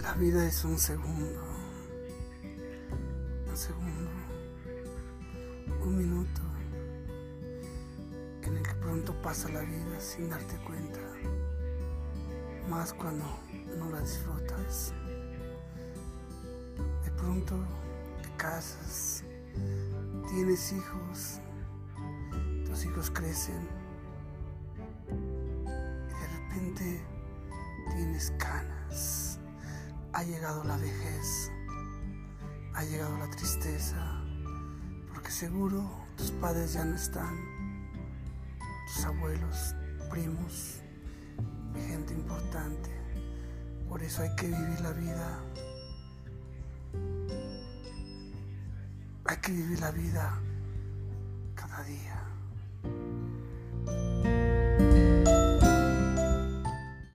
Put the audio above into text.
La vida es un segundo, un minuto, en el que pronto pasa la vida sin darte cuenta, más cuando no la disfrutas. De pronto te casas, tienes hijos, tus hijos crecen y de repente tienes canas. Ha llegado la vejez, ha llegado la tristeza, porque seguro tus padres ya no están, tus abuelos, primos, gente importante. Por eso hay que vivir la vida, cada día.